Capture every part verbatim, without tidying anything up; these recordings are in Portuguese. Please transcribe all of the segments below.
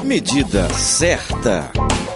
Medida certa.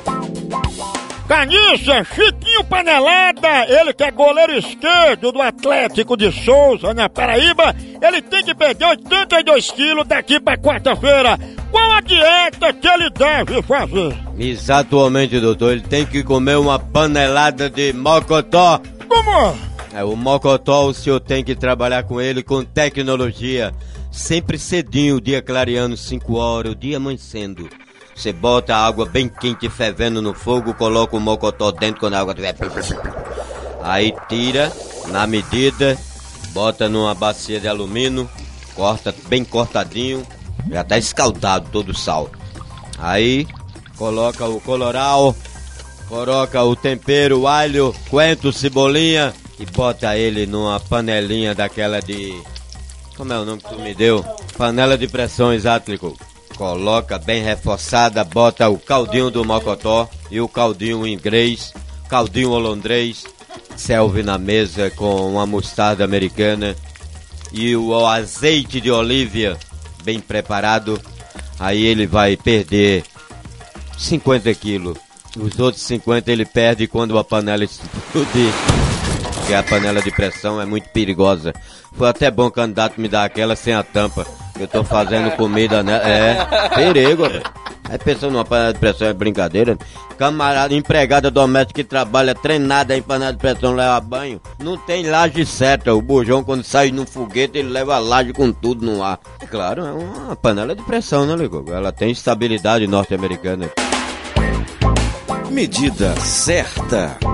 Caniça, Chiquinho Panelada, ele que é goleiro esquerdo do Atlético de Souza, na Paraíba, ele tem que perder oitenta e dois quilos daqui pra quarta-feira. Qual a dieta que ele deve fazer? Exatamente, doutor, ele tem que comer uma panelada de mocotó. Como? É, o mocotó, o senhor tem que trabalhar com ele com tecnologia. Sempre cedinho, o dia clareando, cinco horas, o dia amanhecendo. Você bota a água bem quente, fervendo no fogo, coloca o mocotó dentro quando a água tiver... Aí tira, na medida, bota numa bacia de alumínio, corta bem cortadinho, já tá escaldado todo o sal. Aí, coloca o coloral, coloca o tempero, o alho, coentro, cebolinha e bota ele numa panelinha daquela de... Como é o nome que tu me deu? Panela de pressão, exato, Lico. Coloca bem reforçada, bota o caldinho do mocotó e o caldinho inglês, caldinho holandês, serve na mesa com uma mostarda americana e o azeite de oliva bem preparado. Aí ele vai perder cinquenta quilos. Os outros cinquenta ele perde quando a panela explodir, porque a panela de pressão é muito perigosa. Foi até bom o candidato me dar aquela sem a tampa. Eu tô fazendo comida nela. É, perigo, velho. Aí pensando numa panela de pressão é brincadeira. Camarada, empregada doméstica que trabalha treinada em panela de pressão, leva banho. Não tem laje certa. O bujão, quando sai no foguete, ele leva a laje com tudo no ar. Claro, é uma panela de pressão, né, Ligo? Ela tem estabilidade norte-americana. Medida certa.